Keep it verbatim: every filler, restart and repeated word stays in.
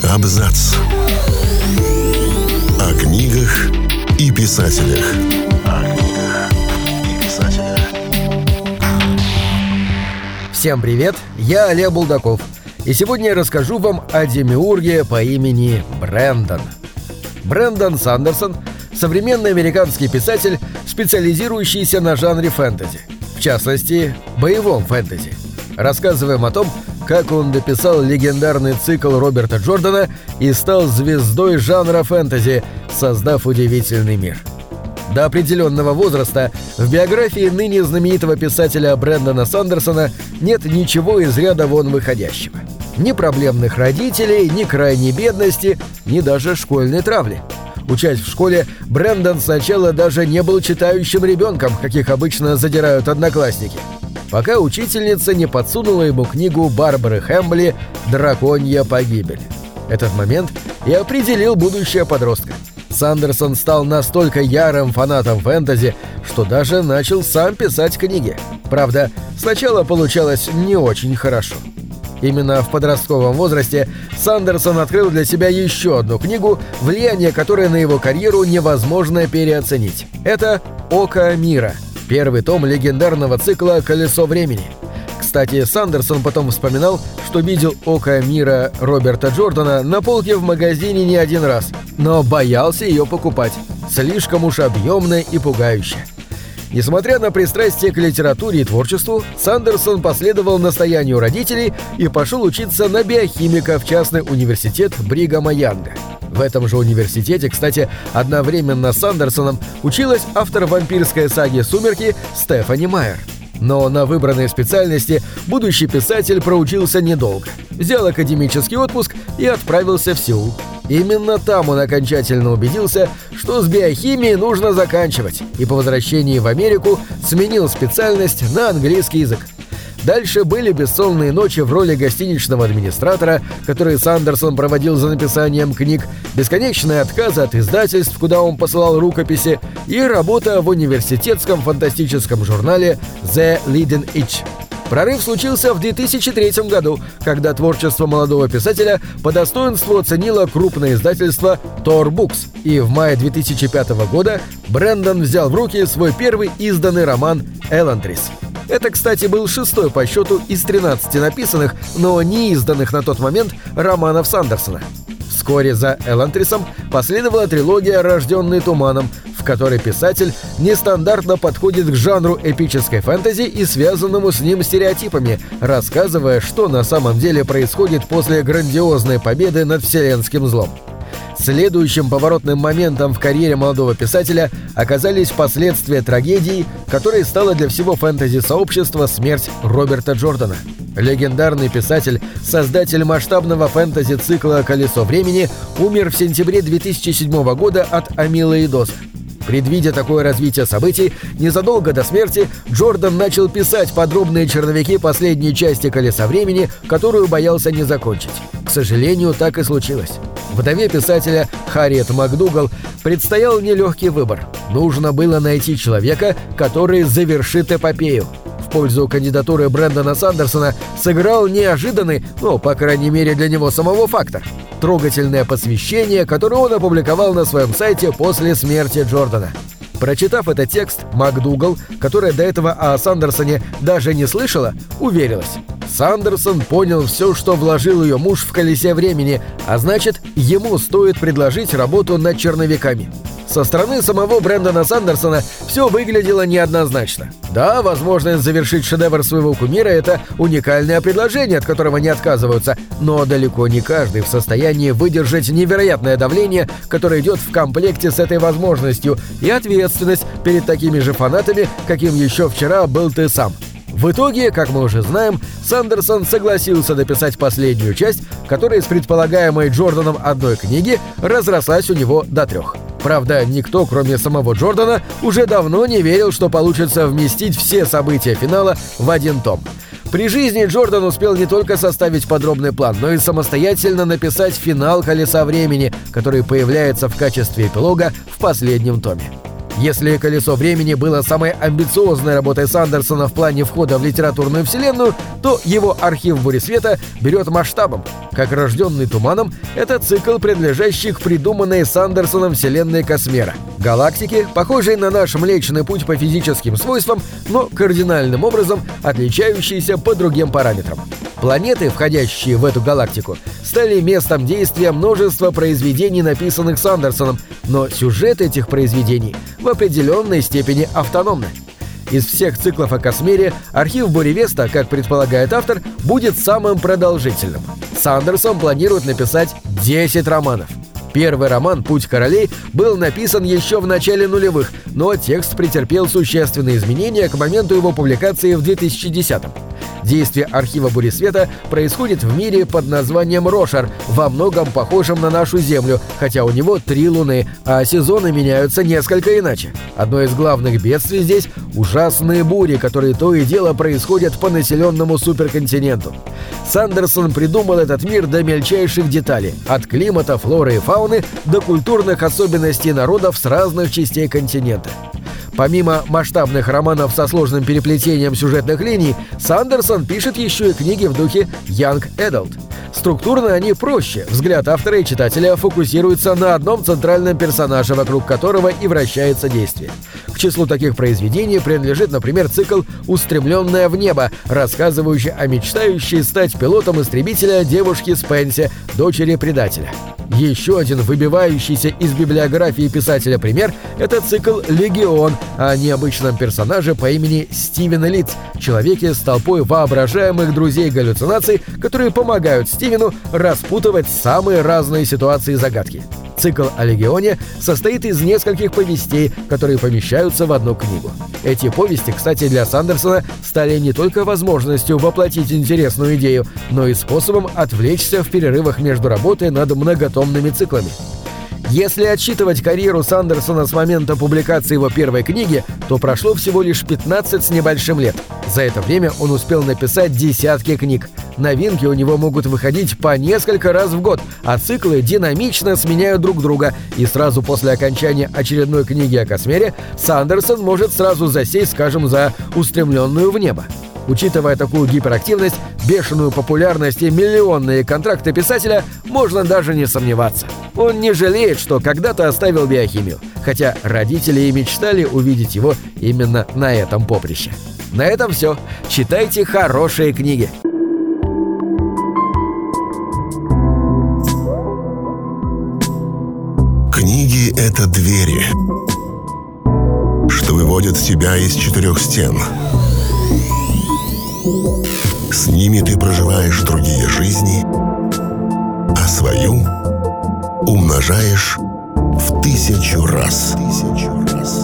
Абзац. О книгах и писателях. О книгах и писателях. Всем привет, я Олег Булдаков, и сегодня я расскажу вам о демиурге по имени Брэндон. Брэндон Сандерсон – современный американский писатель, специализирующийся на жанре фэнтези, в частности, боевом фэнтези. Рассказываем о том, как он дописал легендарный цикл Роберта Джордана и стал звездой жанра фэнтези, создав удивительный мир. До определенного возраста в биографии ныне знаменитого писателя Брэндона Сандерсона нет ничего из ряда вон выходящего. Ни проблемных родителей, ни крайней бедности, ни даже школьной травли. Учась в школе, Брэндон сначала даже не был читающим ребенком, каких обычно задирают одноклассники, пока учительница не подсунула ему книгу Барбары Хэмбли «Драконья погибель». Этот момент и определил будущее подростка. Сандерсон стал настолько ярым фанатом фэнтези, что даже начал сам писать книги. Правда, сначала получалось не очень хорошо. Именно в подростковом возрасте Сандерсон открыл для себя еще одну книгу, влияние которой на его карьеру невозможно переоценить. Это «Око мира», первый том легендарного цикла «Колесо времени». Кстати, Сандерсон потом вспоминал, что видел «Око мира» Роберта Джордана на полке в магазине не один раз, но боялся ее покупать. Слишком уж объемная и пугающая. Несмотря на пристрастие к литературе и творчеству, Сандерсон последовал настоянию родителей и пошел учиться на биохимика в частный университет Бригама Янга. В этом же университете, кстати, одновременно с Сандерсоном училась автор вампирской саги «Сумерки» Стефани Майер. Но на выбранной специальности будущий писатель проучился недолго, взял академический отпуск и отправился в Сеул. Именно там он окончательно убедился, что с биохимией нужно заканчивать, и по возвращении в Америку сменил специальность на английский язык. Дальше были бессонные ночи в роли гостиничного администратора, которые Сандерсон проводил за написанием книг, бесконечные отказы от издательств, куда он посылал рукописи, и работа в университетском фантастическом журнале «The Leading Edge». Прорыв случился в две тысячи третьем году, когда творчество молодого писателя по достоинству оценило крупное издательство Tor Books, и в мае две тысячи пятого года Брэндон взял в руки свой первый изданный роман «Элантрис». Это, кстати, был шестой по счету из тринадцати написанных, но не изданных на тот момент романов Сандерсона. Вскоре за «Элантрисом» последовала трилогия «Рожденный туманом», в которой писатель нестандартно подходит к жанру эпической фэнтези и связанному с ним стереотипами, рассказывая, что на самом деле происходит после грандиозной победы над вселенским злом. Следующим поворотным моментом в карьере молодого писателя оказались последствия трагедии, которой стала для всего фэнтези-сообщества смерть Роберта Джордана. Легендарный писатель, создатель масштабного фэнтези-цикла «Колесо времени», умер в сентябре две тысячи седьмого года от амилоидоза. Предвидя такое развитие событий, незадолго до смерти Джордан начал писать подробные черновики последней части «Колеса времени», которую боялся не закончить. К сожалению, так и случилось. Вдове писателя Харриет МакДугал предстоял нелегкий выбор. Нужно было найти человека, который завершит эпопею. В пользу кандидатуры Брэндона Сандерсона сыграл неожиданный, ну, по крайней мере для него самого, фактор – трогательное посвящение, которое он опубликовал на своем сайте после смерти Джордана. Прочитав этот текст, МакДугал, которая до этого о Сандерсоне даже не слышала, уверилась. Сандерсон понял все, что вложил ее муж в «Колесе времени», а значит, ему стоит предложить работу над черновиками. Со стороны самого Брэндона Сандерсона все выглядело неоднозначно. Да, возможность завершить шедевр своего кумира – это уникальное предложение, от которого не отказываются, но далеко не каждый в состоянии выдержать невероятное давление, которое идет в комплекте с этой возможностью, и ответственность перед такими же фанатами, каким еще вчера был ты сам. В итоге, как мы уже знаем, Сандерсон согласился дописать последнюю часть, которая из предполагаемой Джорданом одной книги разрослась у него до трех. Правда, никто, кроме самого Джордана, уже давно не верил, что получится вместить все события финала в один том. При жизни Джордан успел не только составить подробный план, но и самостоятельно написать финал «Колеса времени», который появляется в качестве эпилога в последнем томе. Если «Колесо времени» было самой амбициозной работой Сандерсона в плане входа в литературную вселенную, то его «Архив бури света» берет масштабом. Как «Рожденный туманом» — это цикл, принадлежащий к придуманной Сандерсоном вселенной Космера. Галактики, похожие на наш Млечный Путь по физическим свойствам, но кардинальным образом отличающиеся по другим параметрам. Планеты, входящие в эту галактику, стали местом действия множества произведений, написанных Сандерсоном, но сюжет этих произведений в определенной степени автономны. Из всех циклов о Космере «Архив бури Веста», как предполагает автор, будет самым продолжительным. Сандерсон планирует написать десять романов. Первый роман «Путь королей» был написан еще в начале нулевых, но текст претерпел существенные изменения к моменту его публикации в две тысячи десятом. Действие «Архива бури света» происходит в мире под названием Рошар, во многом похожем на нашу Землю, хотя у него три луны, а сезоны меняются несколько иначе. Одно из главных бедствий здесь – ужасные бури, которые то и дело происходят по населенному суперконтиненту. Сандерсон придумал этот мир до мельчайших деталей, от климата, флоры и фауны до культурных особенностей народов с разных частей континента. Помимо масштабных романов со сложным переплетением сюжетных линий, Сандерсон пишет еще и книги в духе Young Adult. Структурно они проще, взгляд автора и читателя фокусируется на одном центральном персонаже, вокруг которого и вращается действие. К числу таких произведений принадлежит, например, цикл «Устремленная в небо», рассказывающий о мечтающей стать пилотом истребителя девушке Спенси, дочери предателя. Еще один выбивающийся из библиографии писателя пример – это цикл «Легион» о необычном персонаже по имени Стивен Литц, человеке с толпой воображаемых друзей-галлюцинаций, которые помогают Стивену распутывать самые разные ситуации и загадки. Цикл о Легионе состоит из нескольких повестей, которые помещаются в одну книгу. Эти повести, кстати, для Сандерсона стали не только возможностью воплотить интересную идею, но и способом отвлечься в перерывах между работой над многотомными циклами. Если отсчитывать карьеру Сандерсона с момента публикации его первой книги, то прошло всего лишь пятнадцать с небольшим лет. За это время он успел написать десятки книг. Новинки у него могут выходить по несколько раз в год, а циклы динамично сменяют друг друга, и сразу после окончания очередной книги о Космере Сандерсон может сразу засесть, скажем, за «Устремленную в небо». Учитывая такую гиперактивность, бешеную популярность и миллионные контракты писателя, можно даже не сомневаться. Он не жалеет, что когда-то оставил биохимию, хотя родители и мечтали увидеть его именно на этом поприще. На этом все. Читайте хорошие книги. Книги — это двери, что выводят тебя из четырех стен. С ними ты проживаешь другие жизни, а свою умножаешь в тысячу раз. Тысячу раз.